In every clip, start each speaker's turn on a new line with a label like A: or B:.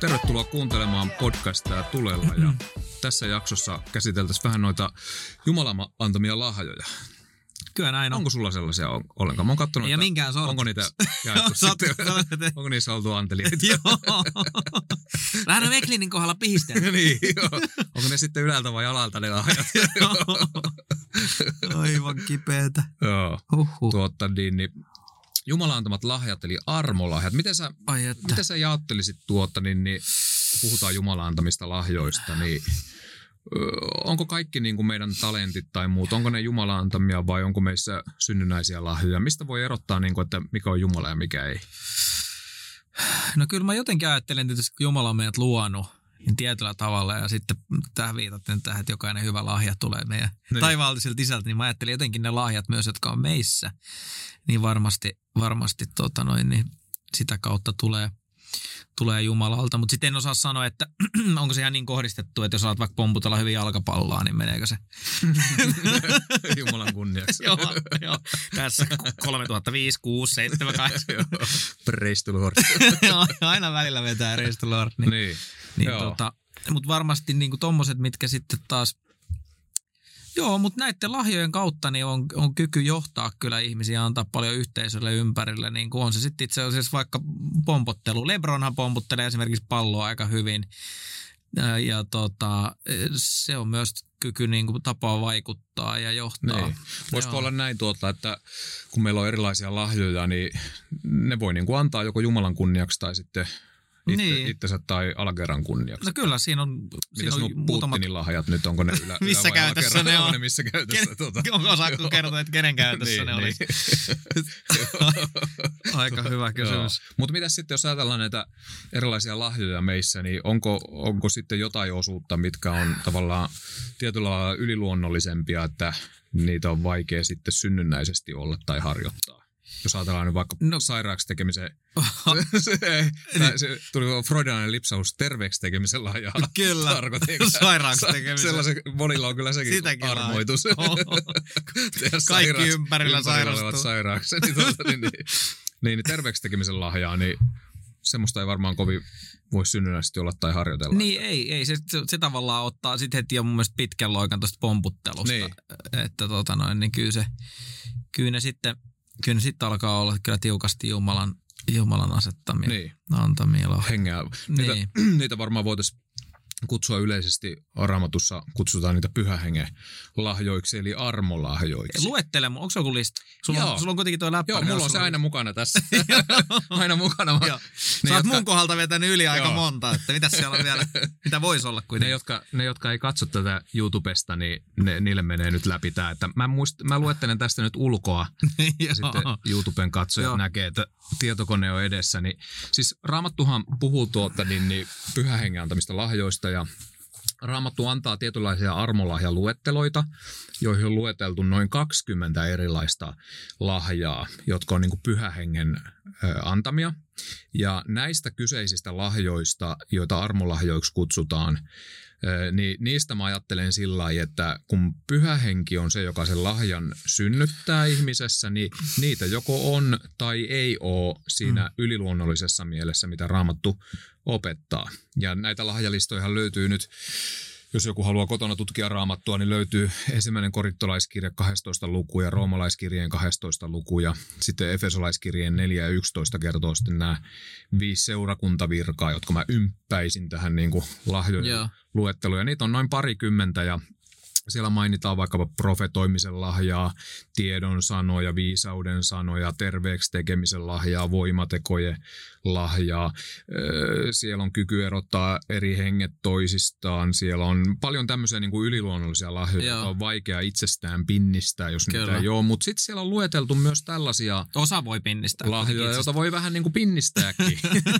A: Tervetuloa kuuntelemaan podcastia Tulella ja tässä jaksossa käsiteltäisiin vähän noita Jumalan antamia lahjoja.
B: Kyllä näin on.
A: Onko sulla sellaisia ollenkaan? Mä oon katsonut,
B: ei minkään sortin.
A: Onko niitä jaettu sitten? Onko niissä oltu antelijoita?
B: Joo. Vähän on Meklinin kohdalla pihistelty.
A: Niin, joo. Onko ne sitten ylältä vai alalta ne lahjat?
B: Aivan kipeätä.
A: Joo. Niin Jumalan antamat lahjat, eli armolahjat. Miten sä jaottelisit niin kun puhutaan Jumalan antamista lahjoista, niin onko kaikki niin kuin meidän talentit tai muut, onko ne Jumalan antamia vai onko meissä synnynnäisiä lahjoja? Mistä voi erottaa, niin kuin, että mikä on Jumala ja mikä ei?
B: No kyllä mä jotenkin ajattelen tietysti, kun Jumala on meidät luonut niin tietyllä tavalla ja sitten tähän viitaten tähän, että jokainen hyvä lahja tulee meidän taivaalliselta isältä, niin mä ajattelin jotenkin ne lahjat myös, jotka on meissä, niin varmasti niin sitä kautta tulee Jumalalta, mutta sitten en osaa sanoa, että onko se ihan niin kohdistettu, että jos alat vaikka pomputella hyvin jalkapalloa, niin meneekö se?
A: Jumalan kunniaksi.
B: joo. Tässä 3005, 6, 7, 8.
A: Praise the Lord.
B: Aina välillä vetää praise the Lord. Niin mutta varmasti niin tommoset, mitkä sitten taas. Joo, mutta näiden lahjojen kautta niin on kyky johtaa kyllä ihmisiä, antaa paljon yhteisölle ympärille, niin kuin on se sitten itse asiassa vaikka pompottelu. LeBronhan pomputtelee esimerkiksi palloa aika hyvin ja se on myös kyky niin kuin tapaa vaikuttaa ja johtaa. Niin.
A: Voisiko olla näin että kun meillä on erilaisia lahjoja, niin ne voi niin kuin antaa joko Jumalan kunniaksi tai sitten itsensä tai alakerran kunniaksi.
B: No kyllä, siinä on
A: mitäs nuo Putinin lahjat nyt, onko ne
B: missä käytössä ne on?
A: Missä käytössä?
B: Osaatko kertoa, että kenen käytössä ne olisi? Aika hyvä kysymys.
A: Mutta mitäs sitten, jos ajatellaan näitä erilaisia lahjoja meissä, niin onko sitten jotain osuutta, mitkä on tavallaan tietyllä lailla yliluonnollisempia, että niitä on vaikea sitten synnynnäisesti olla tai harjoittaa? Jos ajatellaan nyt vaikka sairaaksi tekemisen, se tuli freudilainen lipsaus terveeksi tekemisen lahjaa.
B: Kyllä, sairaaksi tekemisen.
A: Sellaisen monilla on kyllä sekin sitäkin armoitus.
B: Kaikki ympärillä sairastuu.
A: Sairaaksi. Niin terveeksi tekemisen lahjaa, niin semmoista ei varmaan kovin voi synnynnäisesti olla tai harjoitella.
B: Niin ei. Se tavallaan ottaa sitten heti jo mun mielestä pitkän loikan tuosta pomputtelusta. Niin. Että niin kyllä ne sitten alkaa olla kyllä tiukasti Jumalan asettamia, antamia lahjoja.
A: Hengeä. Niitä varmaan voitaisiin kutsua yleisesti, Raamatussa kutsutaan niitä pyhän hengen lahjoiksi, eli armolahjoiksi.
B: Luettele, onko se joku lista? Sulla on kuitenkin tuo läppäri.
A: Joo, mulla on se aina mukana tässä. Aina mukana.
B: Sä oot mun kohdalta vetänyt yli aika monta, että mitäs siellä on vielä, mitä voisi olla kuitenkin.
A: Ne, jotka ei katso tätä YouTubesta, niin niille menee nyt läpi tämä. Että mä luettelen tästä nyt ulkoa, ja sitten YouTuben katsojat näkee, että tietokone on edessä. Niin, siis Raamattuhan puhuu niin pyhän hengen antamista lahjoista, ja Raamattu antaa tietynlaisia armolahjaluetteloita, joihin on lueteltu noin 20 erilaista lahjaa, jotka on niin kuin pyhän hengen antamia. Ja näistä kyseisistä lahjoista, joita armolahjoiksi kutsutaan, niin niistä mä ajattelen sillä lailla, että kun pyhä henki on se, joka sen lahjan synnyttää ihmisessä, niin niitä joko on tai ei ole siinä yliluonnollisessa mielessä, mitä Raamattu opettaa. Ja näitä lahjalistoja löytyy nyt, jos joku haluaa kotona tutkia Raamattua, niin löytyy 1. korintolaiskirja 12 luku ja roomalaiskirjeen 12 luku ja sitten efesolaiskirjeen 4 ja 11 kertoo sitten nämä 5 seurakuntavirkaa, jotka mä ympäisin tähän niin kuin lahjojen luetteluun. Ja niitä on noin parikymmentä ja siellä mainitaan vaikkapa profetoimisen lahjaa, tiedon sanoja, viisauden sanoja, terveeksi tekemisen lahjaa, voimatekojen lahjaa. Siellä on kyky erottaa eri henget toisistaan. Siellä on paljon tämmöisiä niin kuin yliluonnollisia lahjoja, jotka on vaikea itsestään pinnistää, jos niitä ei ole. Mutta sitten siellä on lueteltu myös tällaisia
B: osa voi pinnistää
A: lahjoja, joita voi vähän niin kuin pinnistääkin.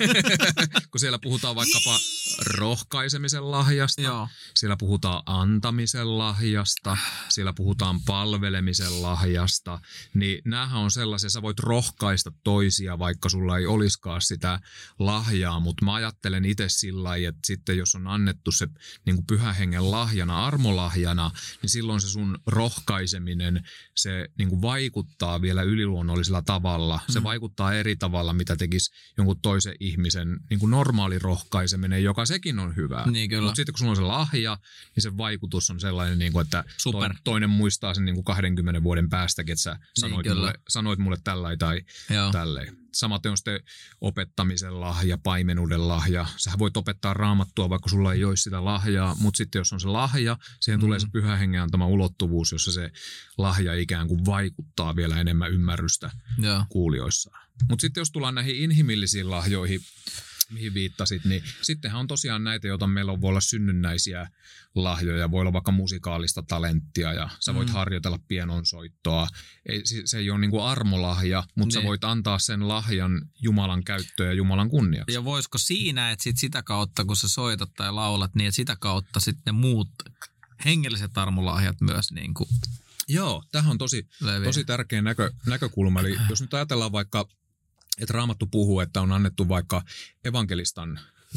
A: Kun siellä puhutaan vaikkapa rohkaisemisen lahjasta, siellä puhutaan antamisen lahjasta. lahjasta, siellä puhutaan palvelemisen lahjasta, niin näähän on sellaisia, sä voit rohkaista toisia, vaikka sulla ei olisikaan sitä lahjaa, mutta mä ajattelen itse sillä lailla, että sitten jos on annettu se niin kuin pyhän hengen lahjana, armolahjana, niin silloin se sun rohkaiseminen, se niin kuin vaikuttaa vielä yliluonnollisella tavalla. Se vaikuttaa eri tavalla, mitä tekisi jonkun toisen ihmisen niin kuin normaali rohkaiseminen, joka sekin on hyvä.
B: Niin,
A: mutta sitten kun sulla on se lahja, niin se vaikutus on sellainen, niin kuin, että toinen muistaa sen niin kuin 20 vuoden päästäkin, että sä sanoit mulle tällainen tai tälleen. Samaten on sitten opettamisen lahja, paimenuuden lahja. Sähän voit opettaa raamattua, vaikka sulla ei olisi sitä lahjaa, mutta sitten jos on se lahja, siihen tulee se pyhän hengen antama ulottuvuus, jossa se lahja ikään kuin vaikuttaa vielä enemmän ymmärrystä kuulijoissaan. Mutta sitten jos tullaan näihin inhimillisiin lahjoihin, mihin viittasit, niin sittenhän on tosiaan näitä, joita meillä voi olla synnynnäisiä lahjoja, voi olla vaikka musikaalista talenttia ja sä voit harjoitella pianonsoittoa. Se ei ole niin kuin armolahja, mutta sä voit antaa sen lahjan Jumalan käyttöön ja Jumalan kunniaksi.
B: Ja voisiko siinä, että sitä kautta, kun sä soitat tai laulat, niin että sitä kautta sitten muut hengelliset armolahjat myös niin kuin
A: Joo, tämähän on tosi tärkeä näkökulma. Eli jos nyt ajatellaan vaikka, että Raamattu puhuu, että on annettu vaikka evankelistan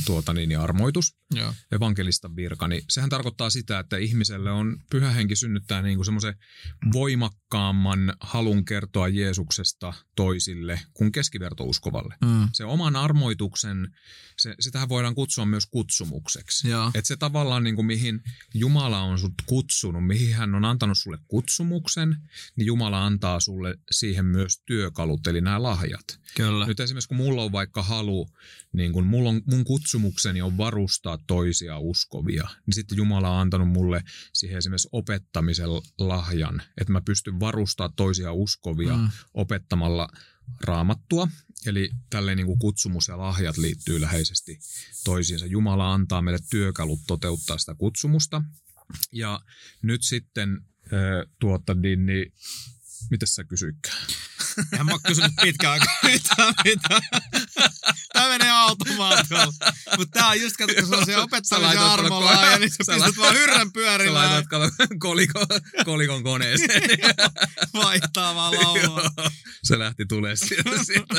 A: armoitus, evankelistan virka, niin sehän tarkoittaa sitä, että ihmiselle on pyhä henki synnyttää niin kuin semmoisen voimakkaamman halun kertoa Jeesuksesta toisille kuin keskivertouskovalle. Se oman armoituksen, sitähän voidaan kutsua myös kutsumukseksi. Että se tavallaan niin kuin mihin Jumala on sut kutsunut, mihin hän on antanut sulle kutsumuksen, niin Jumala antaa sulle siihen myös työkalut, eli nämä lahjat.
B: Kyllä.
A: Nyt esimerkiksi kun mulla on vaikka halu, niin kun mun kutsumukseni on varustaa toisia uskovia, niin sitten Jumala on antanut mulle siihen esimerkiksi opettamisen lahjan, että mä pystyn varustaa toisia uskovia opettamalla Raamattua. Eli tälleen niin kuin kutsumus ja lahjat liittyy läheisesti toisiinsa. Jumala antaa meille työkalut toteuttaa sitä kutsumusta. Ja nyt sitten niin mitäs sä kysyikään?
B: En mä oon kysynyt pitkään aikaa mitään. Tää menee automaatiolla. Mutta tää on just, kun se on se opettamisen armolahja, niin sä pistät vaan hyrrän pyörimään.
A: Sä laitat kolikon koneeseen.
B: Vaihtaa vaan laulua.
A: Se lähti tulee sieltä.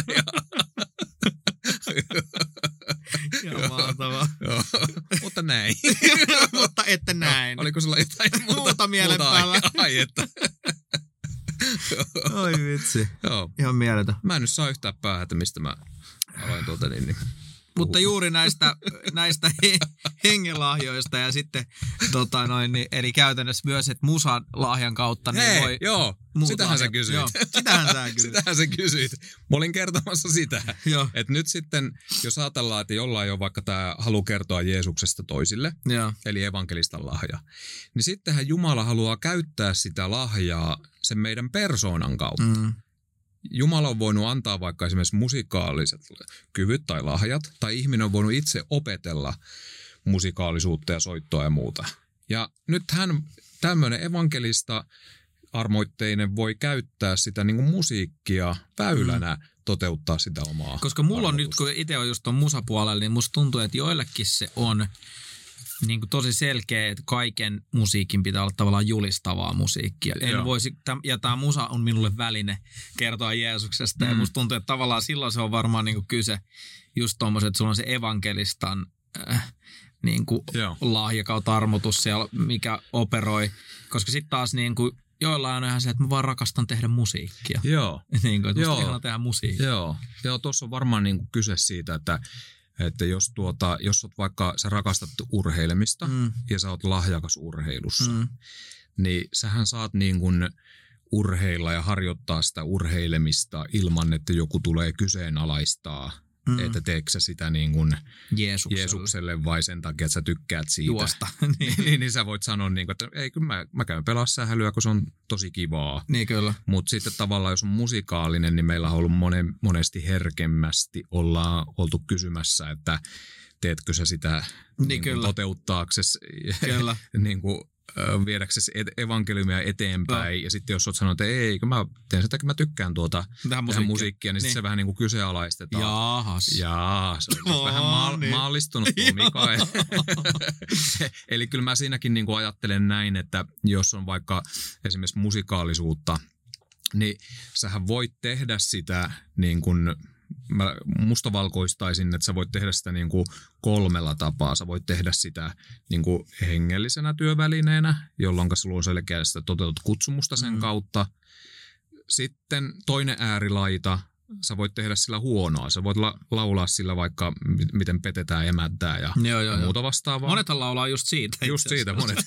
B: Ihan mahtavaa.
A: Mutta näin.
B: Mutta että näin.
A: Oliko sulla jotain
B: muuta mielen päällä?
A: Aihetta.
B: Oi vitsi.
A: Joo.
B: Ihan mieletön.
A: Mä en nyt saa yhtään päähätä, mistä mä aloin niin.
B: Mutta juuri näistä hengenlahjoista ja sitten eli käytännössä myös, että musan lahjan kautta niin voi
A: sitähän sä kysyit.
B: Joo, sitähän
A: sä kysyit. Mä olin kertomassa sitä. Että nyt sitten, jos ajatellaan, että jollain on vaikka tämä halu kertoa Jeesuksesta toisille, eli evankelistan lahja, niin sittenhän Jumala haluaa käyttää sitä lahjaa sen meidän persoonan kautta. Jumala on voinut antaa vaikka esimerkiksi musikaaliset kyvyt tai lahjat, tai ihminen on voinut itse opetella musikaalisuutta ja soittoa ja muuta. Ja nyt tämmöinen evankelista armoitteinen voi käyttää sitä niin kuin musiikkia väylänä toteuttaa sitä omaa.
B: Koska mulla on nyt, kun itse on just ton musapuolella, niin musta tuntuu, että joillekin se on niin kuin tosi selkeä, että kaiken musiikin pitää olla tavallaan julistavaa musiikkia. Ja tämä musa on minulle väline kertoa Jeesuksesta. Ja musta tuntuu, että tavallaan silloin se on varmaan niin kuin kyse just tommoset, että sulla on se evankelistan niin kuin lahja kautta armotus siellä, mikä operoi. Koska sitten taas niin kuin joillain on ihan se, että mä vaan rakastan tehdä musiikkia.
A: Joo.
B: Niin kuin, että musta ihana tehdä musiikkia.
A: Joo, tuossa on varmaan niin kuin kyse siitä, että jos oot vaikka, sä rakastat urheilemista ja sä oot lahjakas urheilussa, niin sähän saat niin kuin urheilla ja harjoittaa sitä urheilemista ilman, että joku tulee kyseenalaistaa, että teekö sä sitä niin kuin Jeesukselle vai sen takia, että sä tykkäät siitä.
B: Juosta.
A: niin sä voit sanoa, niin kuin, että ei, kyllä mä käyn pelaa sähälyä, kun se on tosi kivaa.
B: Niin kyllä.
A: Mutta sitten tavallaan, jos on musikaalinen, niin meillä on ollut monesti herkemmästi ollaan oltu kysymässä, että teetkö sä sitä niin kuin toteuttaaksesi niin kuin viedäksesi evankeliumia eteenpäin. Ja sitten jos olet sanonut, että ei, kun mä teen sitä, kun mä tykkään tähän musiikkia, niin sitten se vähän niin kuin kyseenalaistetaan. Jaahas. Se on vähän maallistunut tuo Mikael. Eli kyllä mä siinäkin niin kuin ajattelen näin, että jos on vaikka esimerkiksi musikaalisuutta, niin sähän voit tehdä sitä niin kuin, mä mustavalkoistaisin, että sä voit tehdä sitä niin kuin 3 tapaa. Sä voit tehdä sitä niin kuin hengellisenä työvälineenä, jolloin sulla on selkeästi toteutettu kutsumusta sen kautta. Sitten toinen äärilaita, sä voit tehdä sillä huonoa. Sä voit laulaa sillä vaikka, miten petetään, emättää ja muuta vastaavaa.
B: Monethan laulaa just siitä.
A: Just siitä, monet.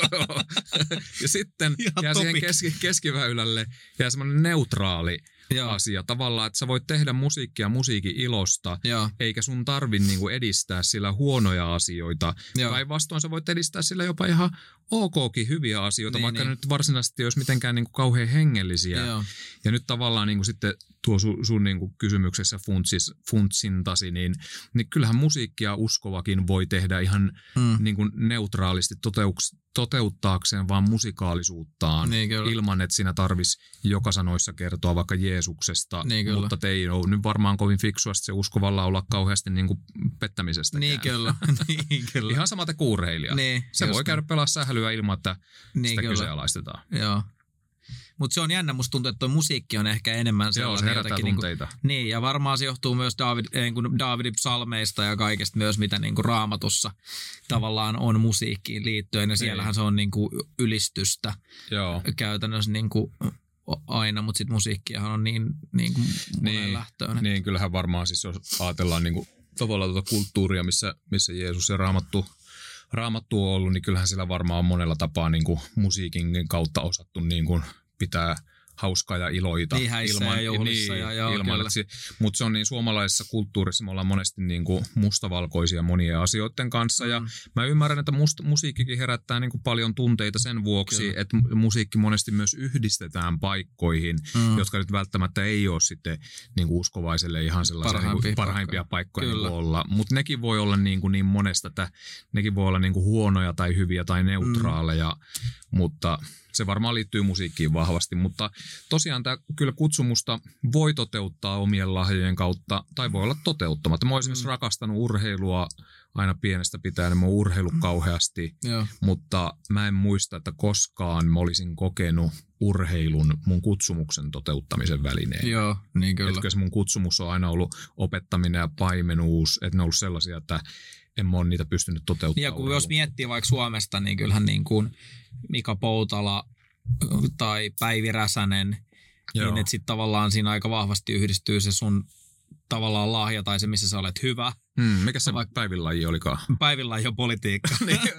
A: Ja sitten jää siihen keskiväylälle jää semmoinen neutraali asia. Tavallaan, että sä voit tehdä musiikkia musiikin ilosta, eikä sun tarvi niinku edistää sillä huonoja asioita. Päinvastoin sä voit edistää sillä jopa ihan okkin hyviä asioita, vaikka ne nyt varsinaisesti ei olisi mitenkään niinku kauhean hengellisiä. Ja nyt tavallaan niinku sitten tuo sun niinku kysymyksessä funtsintasi, niin kyllähän musiikkia uskovakin voi tehdä ihan niinku neutraalisti toteuttaakseen vaan musikaalisuuttaan ilman, että siinä tarvisi joka sanoissa kertoa vaikka Jeesuksesta, mutta ei ole nyt varmaan kovin fiksua se uskovalla olla kauheasti niin kuin pettämisestäkään.
B: Niin kyllä.
A: Ihan sama te kuurheilija. Se voi käydä pelaa sählyä ilman, että sitä kyseenalaistetaan.
B: Joo. Mutta se on jännä, musta tuntuu, että tuo musiikki on ehkä enemmän sellainen.
A: Joo, se herättää tunteita.
B: Niin, ja varmaan se johtuu myös Daavidin psalmeista ja kaikesta myös, mitä niinku Raamatussa tavallaan on musiikkiin liittyen. Ja siellähän se on niinku ylistystä käytännössä niinku aina, mutta sitten musiikkiahan on niin monenlähtöinen.
A: Niin, kyllähän varmaan siis jos ajatellaan niinku tavallaan tuota kulttuuria, missä Jeesus ja Raamattu on ollut, niin kyllähän sillä varmaan on monella tapaa niin kuin musiikin kautta osattu niin kuin pitää hauskaa ja iloita.
B: Niin häissä ja juhlissa.
A: Mutta se on niin suomalaisessa kulttuurissa, me ollaan monesti niin kuin mustavalkoisia monien asioiden kanssa. Ja mä ymmärrän, että musiikkikin herättää niin kuin paljon tunteita sen vuoksi, että musiikki monesti myös yhdistetään paikkoihin, jotka nyt välttämättä ei ole sitten niin kuin uskovaiselle ihan sellaisia parhaimpia paikkoja niin olla. Mutta nekin voi olla niin monesta, että nekin voi olla niin kuin huonoja tai hyviä tai neutraaleja, mutta se varmaan liittyy musiikkiin vahvasti, mutta tosiaan tämä kyllä kutsumusta voi toteuttaa omien lahjojen kautta tai voi olla toteuttamatta. Mä oon esimerkiksi rakastanut urheilua aina pienestä pitäen, mä oon urheillut kauheasti, mutta mä en muista, että koskaan mä olisin kokenut urheilun mun kutsumuksen toteuttamisen välineen.
B: Joo, niin kyllä.
A: Etkö se mun kutsumus on aina ollut opettaminen ja paimenuus, että ne on ollut sellaisia, että en mä ole niitä pystynyt toteuttamaan.
B: Ja kun jos miettii vaikka Suomesta, niin kyllähän niin kuin Mika Poutala tai Päivi Räsänen, niin että sitten tavallaan siinä aika vahvasti yhdistyy se sun tavallaan lahja tai se, missä sä olet hyvä.
A: Mikä se Päivin laji olikaan?
B: Päivin laji on politiikka.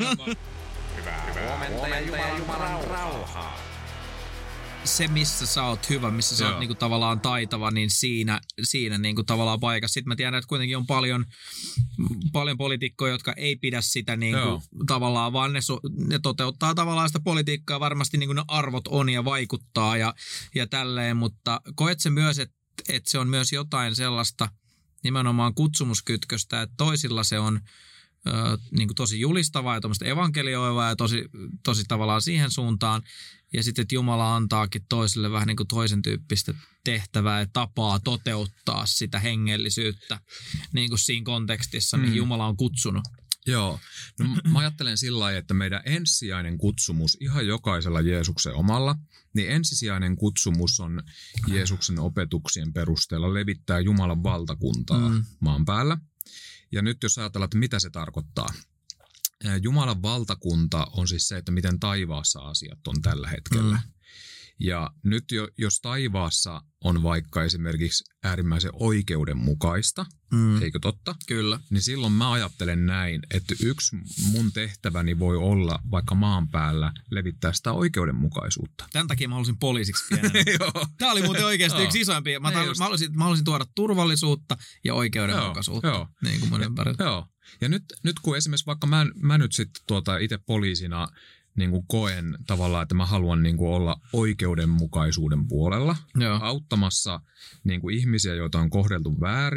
C: Hyvää huomenta ja Jumalan rauhaa.
B: Se, missä sä oot hyvä, missä sä oot niinku tavallaan taitava, niin siinä niinku tavallaan paikassa. Sitten mä tiedän, että kuitenkin on paljon poliitikkoja, jotka ei pidä sitä niinku tavallaan, vaan ne toteuttaa tavallaan sitä politiikkaa. Varmasti niinku ne arvot on ja vaikuttaa ja tälleen, mutta koet se myös, että se on myös jotain sellaista nimenomaan kutsumuskytköstä, että toisilla se on niinku tosi julistavaa ja tuommoista evankelioivaa ja tosi tavallaan siihen suuntaan. Ja sitten, että Jumala antaakin toiselle vähän niin kuin toisen tyyppistä tehtävää ja tapaa toteuttaa sitä hengellisyyttä niin kuin siinä kontekstissa, mihin Jumala on kutsunut.
A: Joo. No, mä ajattelen sillä lailla, että meidän ensisijainen kutsumus ihan jokaisella Jeesuksen omalla, niin ensisijainen kutsumus on Jeesuksen opetuksien perusteella levittää Jumalan valtakuntaa maan päällä. Ja nyt jos ajatellaan, että mitä se tarkoittaa. Jumalan valtakunta on siis se, että miten taivaassa asiat on tällä hetkellä. Ja nyt jos taivaassa on vaikka esimerkiksi äärimmäisen oikeudenmukaista, eikö totta?
B: Kyllä.
A: Niin silloin mä ajattelen näin, että yksi mun tehtäväni voi olla vaikka maan päällä levittää sitä oikeudenmukaisuutta.
B: Tämän takia mä halusin poliisiksi pienenä. Tämä oli muuten oikeasti yksi isoimpia. Mä halusin tuoda turvallisuutta ja oikeudenmukaisuutta. Niin kuin mun ympärillä.
A: Joo. Ja nyt kun esimerkiksi vaikka mä nyt sitten itse poliisina niin kuin koen tavallaan, että mä haluan niin kuin olla oikeudenmukaisuuden puolella, auttamassa niin kuin ihmisiä, joita on kohdeltu väärin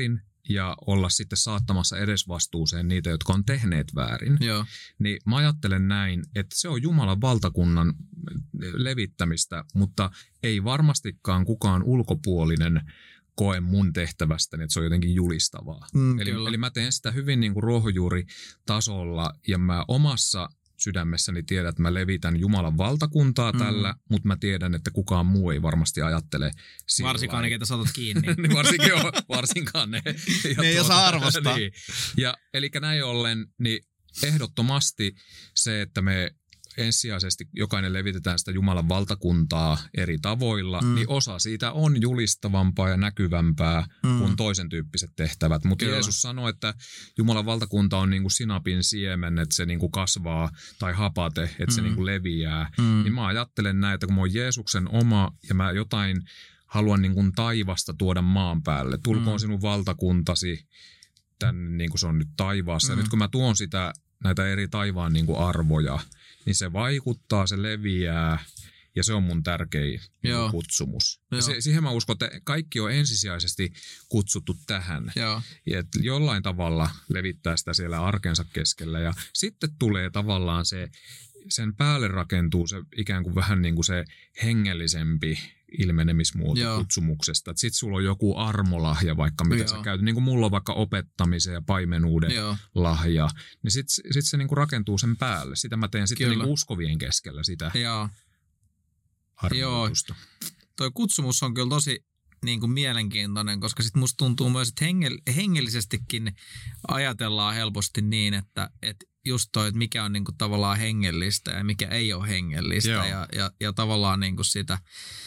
A: ja olla sitten saattamassa edesvastuuseen niitä, jotka on tehneet väärin.
B: Joo.
A: Niin mä ajattelen näin, että se on Jumalan valtakunnan levittämistä, mutta ei varmastikaan kukaan ulkopuolinen koe mun tehtävästäni, että se on jotenkin julistavaa. Eli mä teen sitä hyvin niin kuin ruohonjuuritasolla ja mä omassa sydämessäni tiedän, että mä levitän Jumalan valtakuntaa tällä, mutta mä tiedän, että kukaan muu ei varmasti ajattele sillä.
B: Varsinkaan ne, ketä saatat kiinni.
A: Varsinkaan ne.
B: Ne ei osaa arvostaa.
A: Niin. Ja eli näin ollen, niin ehdottomasti se, että me ensisijaisesti jokainen levitetään sitä Jumalan valtakuntaa eri tavoilla, niin osa siitä on julistavampaa ja näkyvämpää kuin toisen tyyppiset tehtävät. Mutta Jeesus sanoi, että Jumalan valtakunta on niin kuin sinapin siemen, että se niin kuin kasvaa, tai hapate, että se niin kuin leviää. Niin mä ajattelen näin, että kun mä oon Jeesuksen oma ja mä jotain haluan niin kuin taivasta tuoda maan päälle. Tulkoon sinun valtakuntasi tänne niin kuin se on nyt taivaassa. Ja nyt kun mä tuon sitä näitä eri taivaan niin kuin arvoja, niin se vaikuttaa, se leviää ja se on mun tärkein kutsumus. Ja siihen mä uskon, että kaikki on ensisijaisesti kutsuttu tähän. Että jollain tavalla levittää sitä siellä arkensa keskellä ja sitten tulee tavallaan sen päälle rakentuu se ikään kuin vähän niin kuin se hengellisempi ilmenemismuoto kutsumuksesta. Sitten sulla on joku armolahja vaikka, mitä sä käytät. Niin kuin mulla on vaikka opettamisen ja paimenuuden lahja. Niin sitten se niin kuin rakentuu sen päälle. Sitä mä teen sitten niin kuin uskovien keskellä sitä harmoitusta.
B: Toi kutsumus on kyllä tosi niin kuin mielenkiintoinen, koska sitten musta tuntuu myös, että hengellisestikin ajatellaan helposti niin, että just toi, että mikä on niin kuin tavallaan hengellistä ja mikä ei ole hengellistä ja tavallaan niin kuin sitä,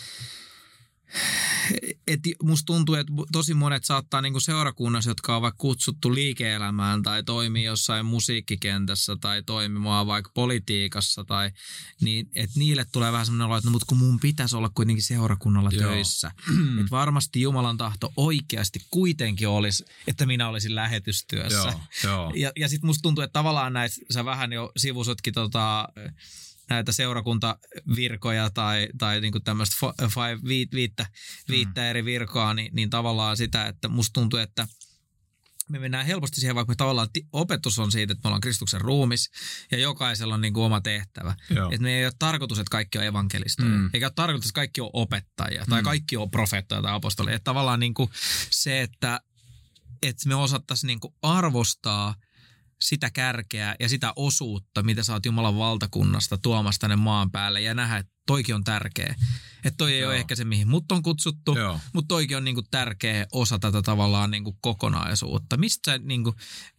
B: että musta tuntuu, että tosi monet saattaa niin kuin seurakunnassa, jotka on vaikka kutsuttu liike-elämään tai toimii jossain musiikkikentässä tai toimimaan vaikka politiikassa tai niin, että niille tulee vähän semmoinen olo, että no, mutta kun mun pitäisi olla kuitenkin seurakunnalla töissä. Että varmasti Jumalan tahto oikeasti kuitenkin olisi, että minä olisin lähetystyössä. Ja sit musta tuntuu, että tavallaan näitä, sä vähän jo sivusotkin näitä seurakuntavirkoja tai niinku tämmöistä viittä eri virkaa, niin tavallaan sitä, että musta tuntuu, että me mennään helposti siihen, vaikka me tavallaan opetus on siitä, että me ollaan Kristuksen ruumis ja jokaisella on niinku oma tehtävä. Että me ei ole tarkoitus, että kaikki on evankelistoja. Eikä ole tarkoitus, että kaikki on opettajia tai kaikki on profeettoja tai apostoleja. Että tavallaan niinku se, että me osattaisiin niinku arvostaa sitä kärkeä ja sitä osuutta, mitä sä oot Jumalan valtakunnasta tuomassa tänne maan päälle ja nähdä, että toikin on tärkeä. Että toi ei ole ehkä se, mihin mut on kutsuttu, mutta toikin on niinku tärkeä osa tätä tavallaan niinku kokonaisuutta. Mistä sä niinku,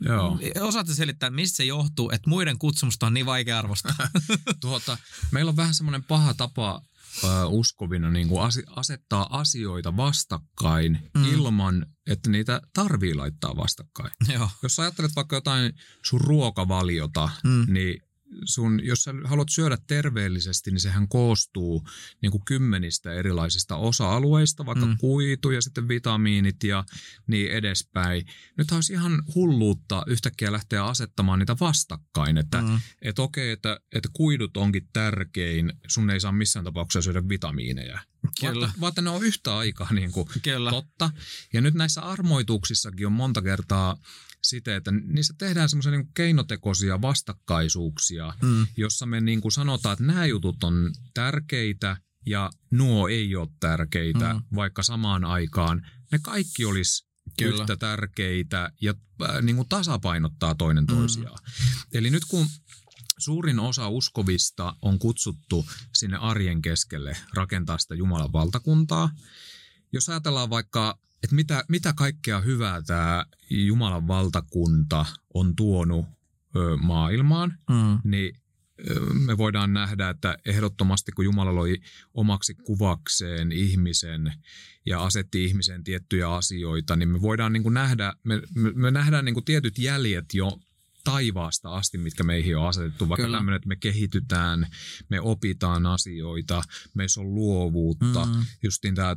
B: osaatte selittää, mistä se johtuu, että muiden kutsumusta on niin vaikea arvostaa?
A: Meillä on vähän semmoinen paha tapa uskovina niin kuin asettaa asioita vastakkain ilman, että niitä tarvii laittaa vastakkain. Jos ajattelet vaikka jotain sun ruokavaliota, niin jos sä haluat syödä terveellisesti, niin sehän koostuu niin kuin 10 erilaisista osa-alueista, vaikka kuitu ja sitten vitamiinit ja niin edespäin. Nyt olisi ihan hulluutta yhtäkkiä lähteä asettamaan niitä vastakkain, että okei, että kuidut onkin tärkein, sun ei saa missään tapauksessa syödä vitamiineja. Vaan ne on yhtä aikaa niin kuin totta. Ja nyt näissä armoituksissakin on monta kertaa sitä, että niissä tehdään semmoisia niin keinotekoisia vastakkaisuuksia, jossa me niin kuin sanotaan, että nämä jutut on tärkeitä ja nuo ei ole tärkeitä, vaikka samaan aikaan ne kaikki olisi yhtä tärkeitä ja niin kuin tasapainottaa toinen toisiaan. Eli nyt kun suurin osa uskovista on kutsuttu sinne arjen keskelle rakentaa sitä Jumalan valtakuntaa, jos ajatellaan vaikka, että mitä kaikkea hyvää tämä Jumalan valtakunta on tuonut maailmaan, niin me voidaan nähdä, että ehdottomasti kun Jumala loi omaksi kuvakseen ihmisen ja asetti ihmisen tiettyjä asioita, niin me voidaan niin kuin nähdä, me nähdään niin kuin tietyt jäljet jo taivaasta asti, mitkä meihin on asetettu. Vaikka tämmöinen, että me kehitytään, me opitaan asioita, meissä on luovuutta, justiin tämä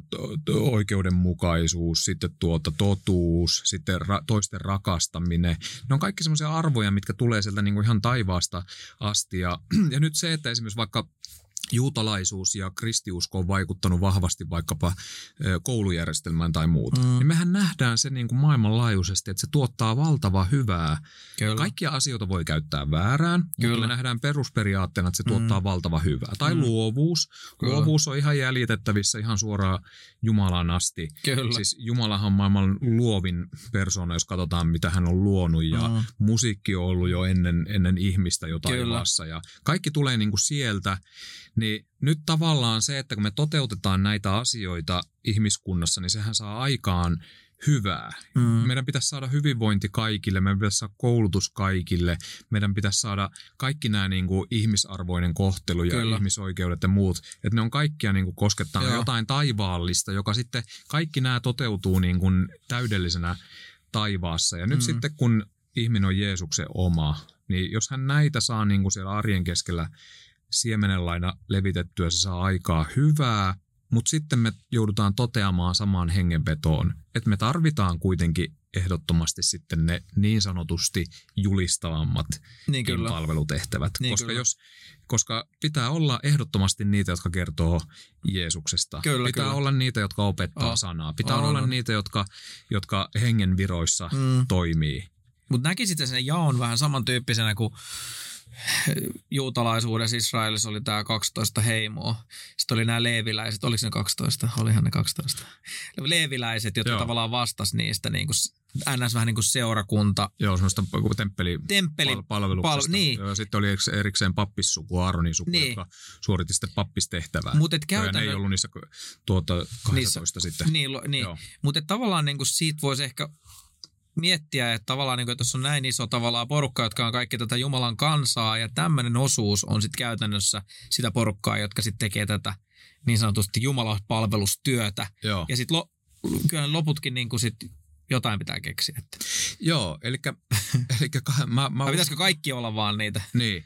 A: oikeudenmukaisuus, sitten totuus, sitten toisten rakastaminen. Ne on kaikki semmoisia arvoja, mitkä tulee sieltä niin kuin ihan taivaasta asti. Ja nyt se, että esimerkiksi vaikka juutalaisuus ja kristiusko on vaikuttanut vahvasti vaikkapa koulujärjestelmään tai muuta, niin mehän nähdään se niin kuin maailmanlaajuisesti, että se tuottaa valtavaa hyvää. Kyllä. Kaikkia asioita voi käyttää väärään, mutta me nähdään perusperiaatteena, että se tuottaa valtava hyvää. Tai luovuus. Kyllä. Luovuus on ihan jäljitettävissä ihan suoraan Jumalaan asti. Kyllä. Siis Jumalahan on maailman luovin persoona, jos katsotaan, mitä hän on luonut. Ja musiikki on ollut jo ennen ihmistä jo taivaassa. Ja kaikki tulee niin kuin sieltä. Niin nyt tavallaan se, että kun me toteutetaan näitä asioita ihmiskunnassa, niin sehän saa aikaan hyvää. Meidän pitäisi saada hyvinvointi kaikille, meidän pitäisi saada koulutus kaikille, meidän pitäisi saada kaikki nämä niin kuin ihmisarvoinen kohtelu ja ihmisoikeudet ja muut, että ne on kaikkia niin kuin koskettaa jotain taivaallista, joka sitten kaikki nämä toteutuu niin kuin täydellisenä taivaassa. Ja nyt sitten kun ihminen on Jeesuksen oma, niin jos hän näitä saa niin kuin siellä arjen keskellä siemenenlaina levitettyä, se saa aikaa hyvää, mutta sitten me joudutaan toteamaan samaan hengenvetoon, että me tarvitaan kuitenkin ehdottomasti sitten ne niin sanotusti julistavammat palvelutehtävät. Niin koska pitää olla ehdottomasti niitä, jotka kertoo Jeesuksesta. Pitää olla niitä, jotka opettaa sanaa. Pitää olla niitä, jotka hengen viroissa toimii.
B: Mutta näkisit sen jaon vähän samantyyppisenä kuin juutalaisuudessa Israelissa oli tämä 12 heimoa. Sitten oli nämä leeviläiset. Oliko ne 12? Olihan ne 12. Leeviläiset, jotka tavallaan vastasi niistä niin kuin NS vähän niin kuin seurakunta.
A: Joo, semmoista temppelipalveluksesta.
B: Niin.
A: Ja sitten oli erikseen pappissuku, Aaronin suku, jotka suoritti sitten pappistehtävää. Ja ne ei ollut niissä 12 sitten.
B: Niin. Mutta tavallaan niin kuin siitä voisi ehkä miettiä, että tavallaan niin kuin, että jos on näin iso tavallaan porukka, jotka on kaikki tätä Jumalan kansaa ja tämmöinen osuus on sitten käytännössä sitä porukkaa, jotka sitten tekee tätä niin sanotusti Jumalan palvelustyötä. Joo. Ja sitten kyllä loputkin niin kuin sit jotain pitää keksiä. Että.
A: Joo, eli
B: pitäisikö kaikki olla vaan niitä?
A: Niin,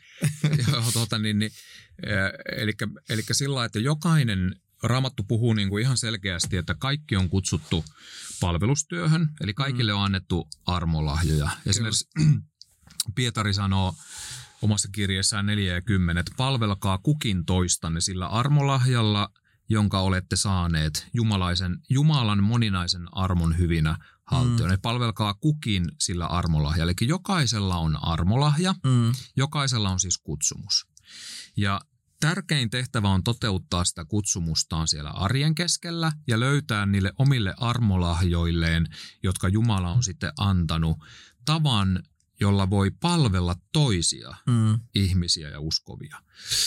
A: eli sillä lailla, että jokainen Raamattu puhuu niin kuin ihan selkeästi, että kaikki on kutsuttu palvelustyöhön, eli kaikille on annettu armolahjoja. Esimerkiksi Pietari sanoo omassa kirjeessään 4:10, että palvelkaa kukin toistanne sillä armolahjalla, jonka olette saaneet Jumalan moninaisen armon hyvinä haltijoina. Palvelkaa kukin sillä armolahjalla. Eli jokaisella on armolahja, jokaisella on siis kutsumus. Ja tärkein tehtävä on toteuttaa sitä kutsumustaan siellä arjen keskellä ja löytää niille omille armolahjoilleen, jotka Jumala on sitten antanut, tavan, jolla voi palvella toisia ihmisiä ja uskovia.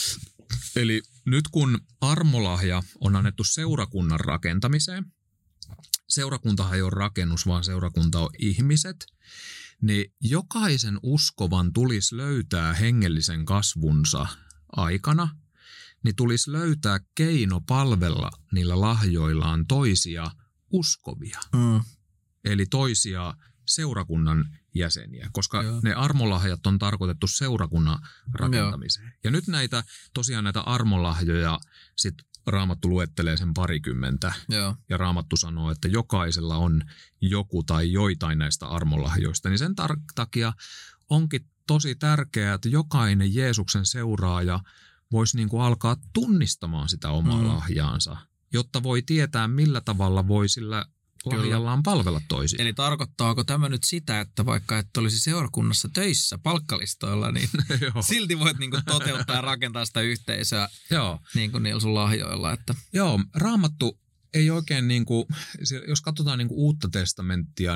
A: Eli nyt kun armolahja on annettu seurakunnan rakentamiseen, seurakuntahan ei ole rakennus, vaan seurakunta on ihmiset, niin jokaisen uskovan tulisi löytää hengellisen kasvunsa aikana, niin tulisi löytää keino palvella niillä lahjoillaan toisia uskovia. Eli toisia seurakunnan jäseniä, koska ne armolahjat on tarkoitettu seurakunnan rakentamiseen. Ja nyt näitä armolahjoja sit Raamattu luettelee sen 20. Ja Raamattu sanoo, että jokaisella on joku tai joitain näistä armolahjoista. Niin sen takia onkin tosi tärkeää, että jokainen Jeesuksen seuraaja voisi niin kuin alkaa tunnistamaan sitä omaa lahjaansa, jotta voi tietää, millä tavalla voi sillä lahjallaan palvella toisia. Eli
B: tarkoittaako tämä nyt sitä, että vaikka et olisi seurakunnassa töissä palkkalistoilla, niin silti voit niin kuin toteuttaa ja rakentaa sitä yhteisöä niin kuin niillä sun lahjoilla? Että.
A: Joo, Raamattu ei oikein, niin kuin, jos katsotaan niin kuin Uutta testamenttia,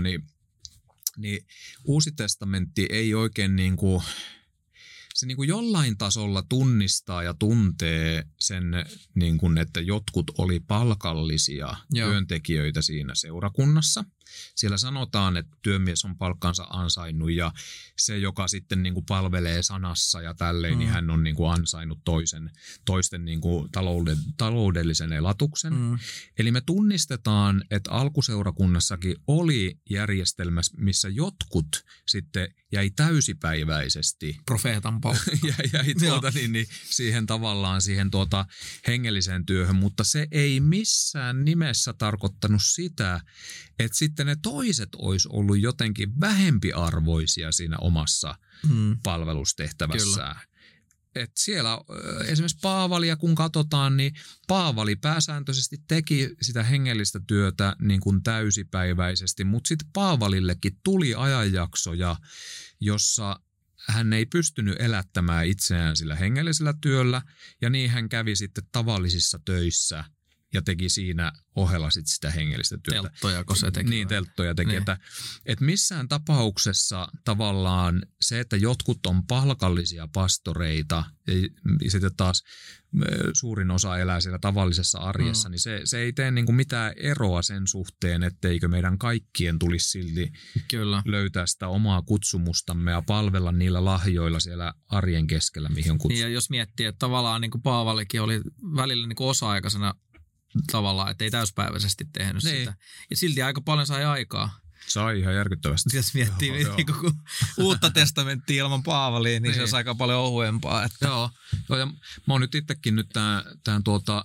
A: niin Uusi testamentti ei oikein niin kuin, se niin kuin jollain tasolla tunnistaa ja tuntee sen, niin kuin, että jotkut oli palkallisia työntekijöitä siinä seurakunnassa. Siellä sanotaan, että työmies on palkkansa ansainnut ja se, joka sitten niin kuin palvelee sanassa ja tälleen, niin hän on niin kuin ansainnut toisten niin kuin taloudellisen elatuksen. Eli me tunnistetaan, että alkuseurakunnassakin oli järjestelmä, missä jotkut sitten jäi täysipäiväisesti
B: profeetan
A: jäi siihen tavallaan siihen hengelliseen työhön, mutta se ei missään nimessä tarkoittanut sitä, että sitten ne toiset olisi ollut jotenkin vähempiarvoisia siinä omassa palvelustehtävässään. Kyllä. että siellä esimerkiksi Paavalia kun katsotaan, niin Paavali pääsääntöisesti teki sitä hengellistä työtä niin kuin täysipäiväisesti, mutta sitten Paavalillekin tuli ajanjaksoja, jossa hän ei pystynyt elättämään itseään sillä hengellisellä työllä ja niin hän kävi sitten tavallisissa töissä ja teki siinä ohella sit sitä hengellistä työtä.
B: Telttojako se teki?
A: Niin, telttoja teki. Niin. Että missään tapauksessa tavallaan se, että jotkut on palkallisia pastoreita ja sitten taas suurin osa elää siellä tavallisessa arjessa, niin se ei tee niinku mitään eroa sen suhteen, etteikö meidän kaikkien tulisi silti löytää sitä omaa kutsumustamme ja palvella niillä lahjoilla siellä arjen keskellä, mihin on kutsuttu.
B: Ja jos miettii, että tavallaan niin kuin Paavalikin oli välillä niin kuin osa-aikaisena tavallaan, että ei täyspäiväisesti tehnyt sitä. Ja silti aika paljon sai aikaa. Sai
A: ihan järkyttävästi.
B: Jos miettii niin uutta testamenttia ilman Paavalia, niin se olisi aika paljon ohuempaa. Että.
A: Joo, ja mä oon nyt itsekin nyt tämän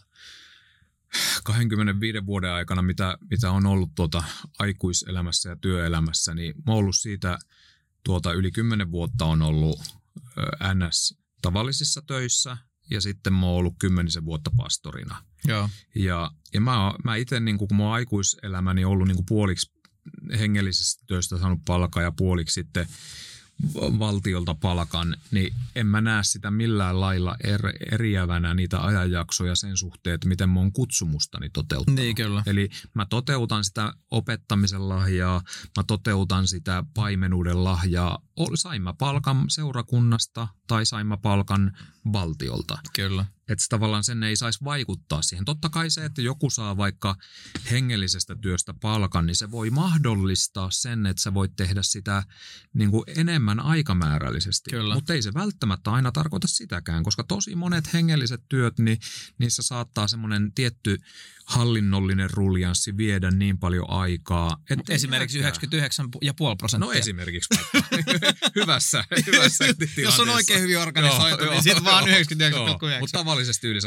A: 25 vuoden aikana, mitä on ollut aikuiselämässä ja työelämässä, niin mä oon ollut siitä yli 10 vuotta on ollut NS tavallisissa töissä ja sitten mä oon ollut 10 vuotta pastorina.
B: Joo.
A: Ja mä itse, niin kun mä oon aikuiselämäni ollut niin puoliksi hengellisistä töistä saanut palkan ja puoliksi sitten valtiolta palkan, niin en mä näe sitä millään lailla eriävänä niitä ajanjaksoja sen suhteen, että miten mä oon kutsumustani toteuttanut.
B: Niin, kyllä.
A: Eli mä toteutan sitä opettamisen lahjaa, mä toteutan sitä paimenuuden lahjaa. Sain mä palkan seurakunnasta tai sain mä palkan valtiolta.
B: Kyllä.
A: Että tavallaan sen ei saisi vaikuttaa siihen. Totta kai se, että joku saa vaikka hengellisestä työstä palkan, niin se voi mahdollistaa sen, että sä voit tehdä sitä niin kuin enemmän aikamäärällisesti.
B: Kyllä.
A: Mutta ei se välttämättä aina tarkoita sitäkään, koska tosi monet hengelliset työt, niin niissä saattaa semmoinen tietty hallinnollinen ruljanssi viedä niin paljon aikaa.
B: Esimerkiksi 99,5%.
A: No esimerkiksi. Hyvässä tilanteessa.
B: Jos on oikein hyvin organisoitu, niin sitten vaan 99,9.
A: Mutta tavallisesti yli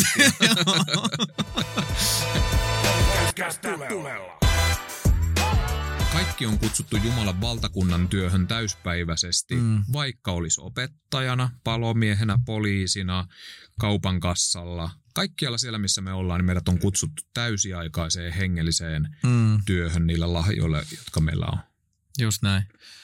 A: 100%. Kaikki on kutsuttu Jumalan valtakunnan työhön täyspäiväisesti, vaikka olisi opettajana, palomiehenä, poliisina, kaupan kassalla. Kaikkialla siellä, missä me ollaan, niin meidät on kutsuttu täysiaikaiseen hengelliseen työhön niillä lahjoilla, jotka meillä on.
B: Just näin.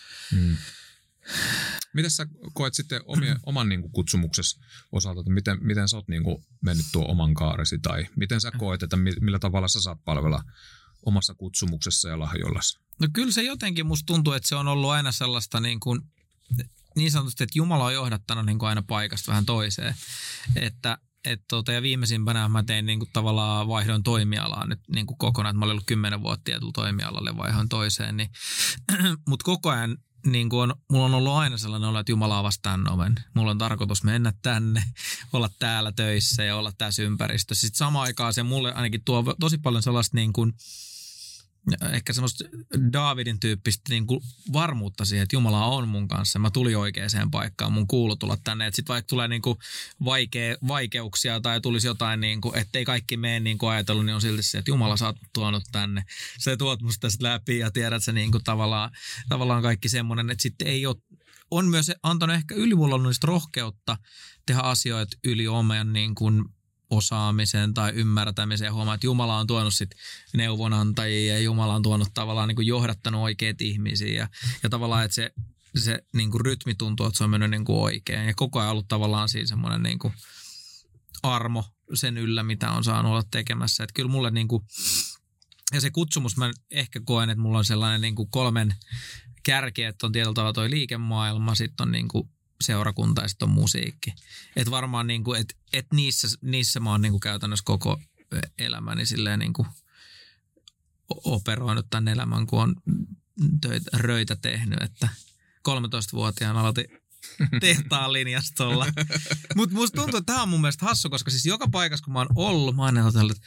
A: Miten sä koet sitten oman niin kuin kutsumuksesi osalta, että miten sä oot niin kuin mennyt tuo oman kaaresi, tai miten sä koet, että millä tavalla sä saat palvella omassa kutsumuksessa ja lahjoillasi?
B: No kyllä se jotenkin musta tuntuu, että se on ollut aina sellaista niin sanotusti, että Jumala on johdattanut niin kuin aina paikasta vähän toiseen. Ja viimeisimpänä mä tein niin kuin tavallaan vaihdoin toimialaa nyt niin kuin kokonaan, että mä olin ollut 10 vuotta ja tullut toimialalle vaihdoin toiseen. Niin, mutta koko ajan niin kuin mulla on ollut aina sellainen olo, että Jumala avasi tämän oven. Mulla on tarkoitus mennä tänne, olla täällä töissä ja olla tässä ympäristössä. Sitten samaan aikaan se mulle ainakin tuo tosi paljon sellaista niin kuin ehkä semmoista Daavidin tyyppistä niin kuin varmuutta siihen, että Jumala on mun kanssa. Mä tulin oikeaan paikkaan, mun kuului tulla tänne. Että sit vaikka tulee niin kuin vaikeuksia tai tulisi jotain, niin kuin, ettei kaikki mene niin kuin ajatellut, niin on silti se, että Jumala sä oot tuonut tänne. Sä tuot musta tästä läpi ja tiedät sä niin kuin tavallaan kaikki semmoinen, että sitten ei ole, on myös antanut ehkä yliluonnollista rohkeutta tehdä asioita yli oman niin kuin osaamisen tai ymmärtämisen ja huomaa, että Jumala on tuonut sit neuvonantajia ja Jumala on tuonut tavallaan niin kuin johdattanut oikeat ihmisiä ja tavallaan, että se niin kuin rytmi tuntuu, että se on mennyt niin kuin oikein ja koko ajan ollut tavallaan siinä semmoinen niin kuin armo sen yllä, mitä on saanut olla tekemässä. Että kyllä mulle niin kuin, ja se kutsumus mä ehkä koen, että mulla on sellainen niin kuin 3 kärki, että on tietyllä tavalla toi liikemaailma, sitten on niin kuin seurakunta ja sitten on musiikki. Että varmaan niinku, että niissä mä oon niinku käytännössä koko elämäni silleen niinku operoinut tämän elämän, kun on röitä tehnyt, että 13-vuotiaana aloitin tehtaan linjastolla. Mutta musta tuntuu, että tämä on mun mielestä hassu, koska siis joka paikassa, kun mä oon ollut, mä oon ajatellut, että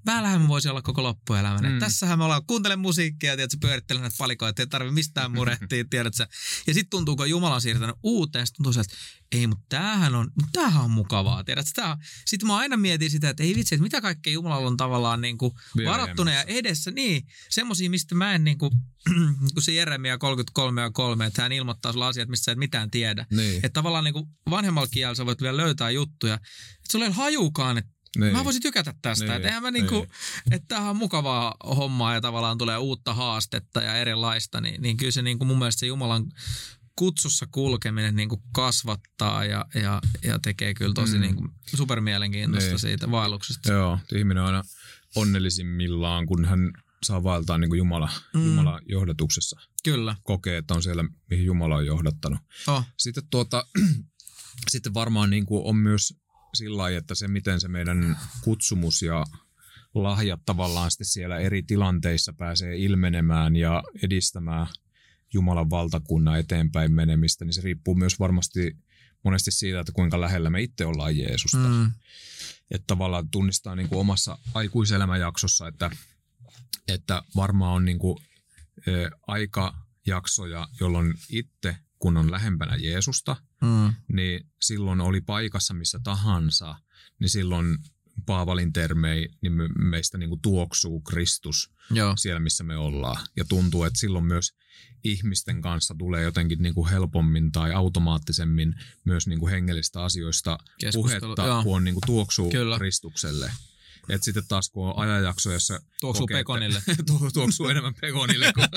B: vähänhän me voisi olla koko loppuelämän. Tässähän me ollaan, kuuntele musiikkia, tiedätkö, pyörittelen näitä palikoita, ei tarvitse mistään murehtia, tiedätkö. Ja sitten tuntuu, kun Jumala on siirtänyt uuteen, sitten tuntuu että ei, mutta tämähän on mukavaa, tiedätkö. Sitten mä aina mietin sitä, että ei vitsi, että mitä kaikkea Jumalalla on tavallaan niin kuin varattuna ja edessä. Niin, semmosia, mistä mä en niin kuin se Jeremia 33:3, että hän ilmoittaa sulle asiat, mistä sä et mitään tiedä. Niin. Että tavallaan niin kuin vanhemmalla kielellä sä voit vielä löytää juttuja. Että sulla ei ole hajukaan, että mä voisin tykätä tästä. Että eihän mä niinku, että tämähän on mukavaa hommaa ja tavallaan tulee uutta haastetta ja erilaista. Niin kyllä se niinku mun mielestä se Jumalan kutsussa kulkeminen niinku kasvattaa ja tekee kyllä tosi niinku supermielenkiintoista siitä vaelluksesta.
A: Joo, ihminen on aina onnellisimmillaan, kun hän saa vaeltaa niin kuin Jumalan johdatuksessa.
B: Kyllä.
A: Kokee, että on siellä, mihin Jumala on johdattanut. Sitten, sitten varmaan niin kuin on myös sillä lailla, että se miten se meidän kutsumus ja lahjat tavallaan sitten siellä eri tilanteissa pääsee ilmenemään ja edistämään Jumalan valtakunnan eteenpäin menemistä, niin se riippuu myös varmasti monesti siitä, että kuinka lähellä me itse ollaan Jeesusta. Että tavallaan tunnistaa niin kuin omassa aikuiselämäjaksossa, että varmaan on niin kuin aikajaksoja, jolloin itse, kun on lähempänä Jeesusta, niin silloin oli paikassa missä tahansa, niin silloin Paavalin termei, niin meistä niin kuin tuoksuu Kristus siellä, missä me ollaan. Ja tuntuu, että silloin myös ihmisten kanssa tulee jotenkin niin kuin helpommin tai automaattisemmin myös niin kuin hengellistä asioista puhetta, kun on niin kuin tuoksuu Kristukselle. Että sitten taas kun on ajanjakso, jossa
B: tuoksuu pekonille.
A: Tuoksuu enemmän pekonille kuin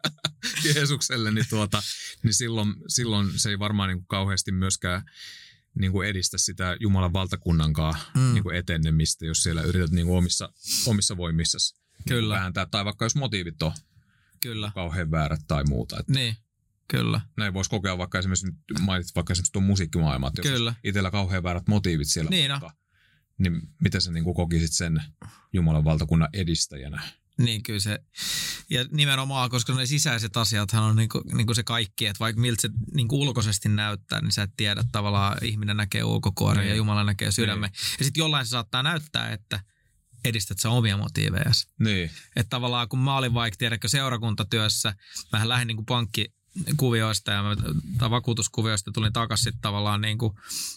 A: Jeesukselle, niin silloin se ei varmaan niin kuin kauheasti myöskään niin kuin edistä sitä Jumalan valtakunnankaan niin kuin etenemistä, jos siellä yrität niin kuin omissa voimissasi niin vääntää. Tai vaikka jos motiivit on kauhean väärät tai muuta. Että
B: niin, kyllä.
A: Näin voisi kokea vaikka esimerkiksi, mainitsit vaikka esimerkiksi tuon musiikkimaailman, että jos itsellä kauhean väärät motiivit siellä niin miten sä niin kuin kokisit sen Jumalan valtakunnan edistäjänä?
B: Niin kyllä se, ja nimenomaan, koska ne sisäiset asiathan on niinku se kaikki, että vaikka miltä se niinku ulkoisesti näyttää, niin sä et tiedä tavallaan, ihminen näkee ulkokuoren ja Jumala näkee sydämen. Ja sitten jollain se saattaa näyttää, että edistät sä omia motiivejasi.
A: Niin.
B: Että tavallaan kun mä olin vaikka, tiedätkö, seurakuntatyössä, mähän lähdin niinku pankkikuvioista tai vakuutuskuvioista tulin takaisin sitten tavallaan niinku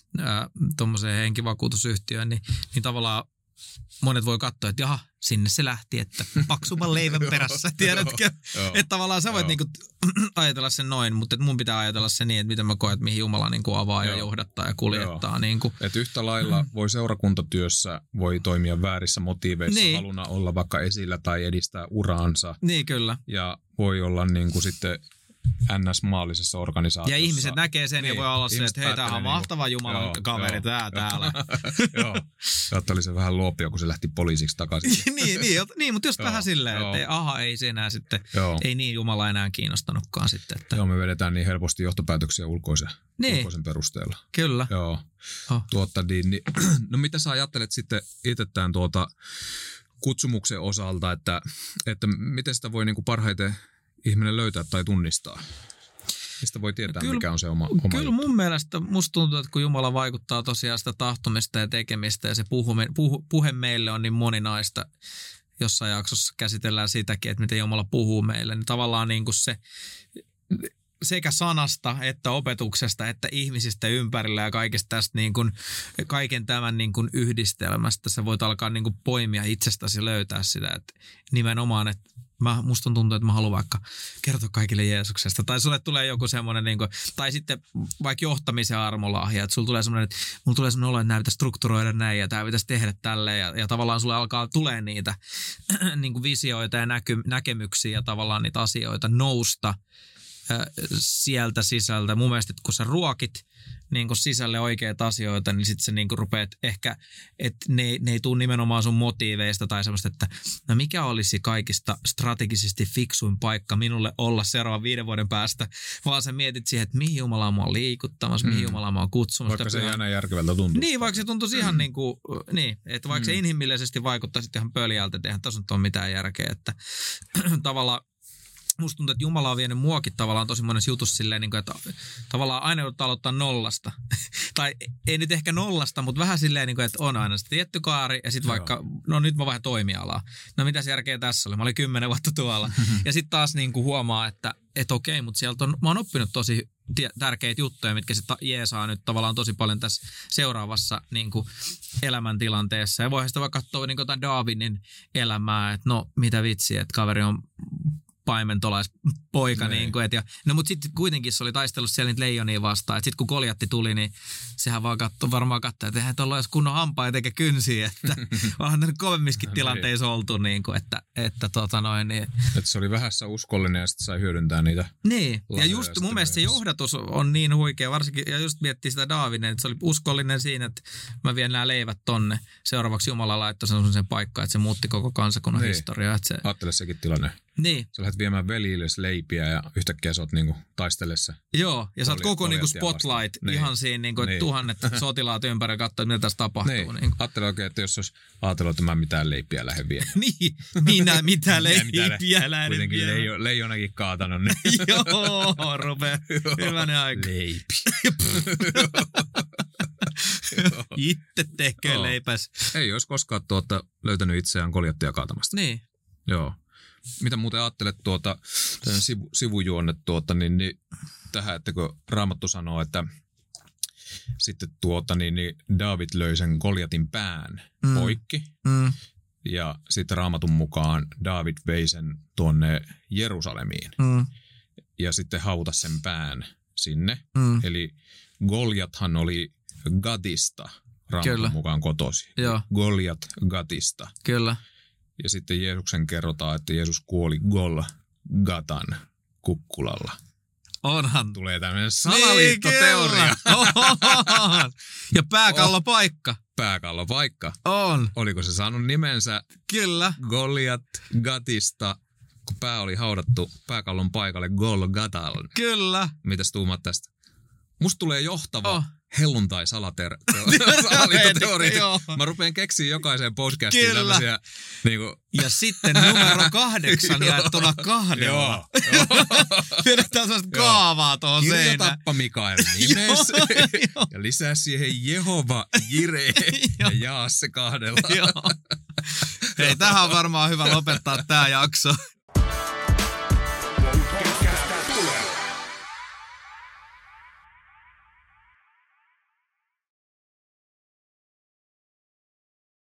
B: tommoseen henkivakuutusyhtiöön, niin tavallaan monet voi katsoa, että jaha, sinne se lähti, että paksumman leivän perässä, tiedätkö? Että tavallaan sä voit niinku ajatella sen noin, mutta mun pitää ajatella se niin, että miten mä koen, että mihin Jumala niinku avaa ja johdattaa ja kuljettaa. Niinku.
A: Että yhtä lailla voi seurakuntatyössä voi toimia väärissä motiiveissa, haluna olla vaikka esillä tai edistää uraansa.
B: Niin, kyllä.
A: Ja voi olla niinku sitten NS-maallisessa organisaatiossa.
B: Ja ihmiset näkee sen ja voi olla se, että hei, tämähän on mahtava Jumalan kaveri täällä.
A: Joo. Jotta oli se vähän luopio, kun se lähti poliisiksi takaisin.
B: niin, mutta just vähän silleen, että ei se enää sitten, ei niin Jumala enää kiinnostanutkaan sitten. Että.
A: Joo, me vedetään niin helposti johtopäätöksiä ulkoisen perusteella.
B: Kyllä.
A: Joo. No mitä sä ajattelet sitten itse tämän kutsumuksen osalta, että miten sitä voi niinku parhaiten ihminen löytää tai tunnistaa? Mistä voi tietää, mikä on se oma
B: Kyllä juttu? Mun mielestä musta tuntuu, että kun Jumala vaikuttaa tosiaan sitä tahtomista ja tekemistä ja se puhe meille on niin moninaista, jossain jaksossa käsitellään sitäkin, että miten Jumala puhuu meille, niin tavallaan niin kuin se sekä sanasta että opetuksesta että ihmisistä ympärillä ja kaikesta tästä niin kuin, kaiken tämän niin kuin yhdistelmästä sä voit alkaa niin kuin poimia itsestäsi ja löytää sitä, että nimenomaan, että musta tuntuu, että mä haluan vaikka kertoa kaikille Jeesuksesta. Tai sulle tulee joku semmoinen, niin kuin, tai sitten vaikka johtamisen armolahja, että sulla tulee semmoinen, että mulla tulee semmoinen olo, että nämä pitäisi strukturoida näin ja tämä pitäisi tehdä tälleen. Ja tavallaan sulle alkaa tulee niitä niin kuin visioita ja näkemyksiä ja tavallaan niitä asioita nousta sieltä sisältä. Mun mielestä, että kun sä ruokit niin kuin sisälle oikeita asioita, niin sitten se niin kuin rupeat ehkä, että ne ei tule nimenomaan sun motiiveista tai semmoista, että no mikä olisi kaikista strategisesti fiksuin paikka minulle olla seuraavan 5 vuoden päästä, vaan sä mietit siihen, että mihin Jumala on mua liikuttamassa, mihin Jumala on mua kutsumassa.
A: Vaikka se ei aina järkevältä tuntuu.
B: Niin, vaikka se tuntuisi ihan niin kuin, että vaikka se inhimillisesti vaikuttaisi ihan pöljältä, että eihän tässä nyt ole mitään järkeä, että tavallaan musta tuntuu, että Jumala on vienyt muakin tavallaan tosi monessa jutussa silleen, niin kuin, että tavallaan aina joutuu aloittaa nollasta. Tai ei nyt ehkä nollasta, mutta vähän silleen, niin kuin, että on aina se tietty kaari ja sitten vaikka, no nyt mä vähän toimialaa. No mitäs järkeä tässä oli? Mä olin 10 vuotta tuolla. Ja sitten taas niin kuin huomaa, että okei, mutta sieltä mä oon oppinut tosi tärkeitä juttuja, mitkä sitten jeesaa nyt tavallaan tosi paljon tässä seuraavassa niin kuin elämäntilanteessa. Ja voihan sitä vaikka katsoa niin kuin jotain Davidin elämää, että no mitä vitsi, että kaveri on paimentolaispoika. Niin kuin, no mutta sitten kuitenkin se oli taistellut siellä niitä leijonia vastaan. Sitten kun Goljatti tuli, niin sehän vaan varmaan katsoi, että eihän tuolla olisi kunnon hampaita eikä kynsiä. Että onhan ne kovemmiskin tilanteissa oltu. Niin kuin, että niin.
A: Että se oli vähässä uskollinen ja sitten sai hyödyntää niitä.
B: Niin, ja just mun mielestä se johdatus on niin huikea. Varsinkin, ja just miettii sitä Daavinen, että se oli uskollinen siinä, että mä vien nämä leivät tonne. Seuraavaksi Jumala laittoi sen paikkaan, että se muutti koko kansakunnan historiaa.
A: Ajattele sekin tilanne.
B: Niin.
A: Sä lähdet viemään veljillesi leipiä ja yhtäkkiä sä oot niinku taistellessa.
B: Joo, ja sä oot koko niinku spotlight ihan siinä, niinku, että tuhannet sotilaat ympäri katsoo, mitä tässä tapahtuu. Niin.
A: Ajattele oikein, että jos olisi ajatellut, että mä mitään leipiä lähden viemään.
B: Niin, minä mitään leipiä lähden
A: kuitenkin viemään. Leijonakin kaatanut. Niin.
B: Joo, rupee. Hyvänen aika.
A: Leipi.
B: Itse tekee leipäs.
A: Ei olisi koskaan löytänyt itseään Goljattia kaatamasta.
B: Niin.
A: Joo. Mitä muuten ajattelet sivujuonnet niin tähän, että kun Raamattu sanoo, että sitten niin Daavid löi sen Goljatin pään poikki ja sitten Raamatun mukaan Daavid vei sen tuonne Jerusalemiin ja sitten hautasi sen pään sinne. Eli Goljathan oli Gatista Raamatun mukaan kotosi. Goljat Gatista.
B: Kyllä.
A: Ja sitten Jeesuksen kerrotaan, että Jeesus kuoli Golgatan kukkulalla.
B: Onhan.
A: Tulee tämmöinen salaliittoteoria.
B: Ja pääkallopaikka.
A: Pääkallopaikka.
B: On.
A: Oliko se saanut nimensä?
B: Kyllä.
A: Goliat Gatista, kun pää oli haudattu pääkallon paikalle Golgatalle.
B: Kyllä.
A: Mitäs tuumat tästä? Musta tulee johtava helluntai-salaliittoteoria. Mä rupean keksiä jokaiseen podcastiin tämmöisiä. Niinku.
B: Ja sitten numero 8 jaettuna 2.
A: Joo.
B: Pidetään sellaista kaavaa tuohon seinään.
A: Kirjatappa Mikael nimessä. Ja lisää siihen Jehova Jire ja jaa se 2.
B: Hei, tähän on varmaan hyvä lopettaa tää jakso.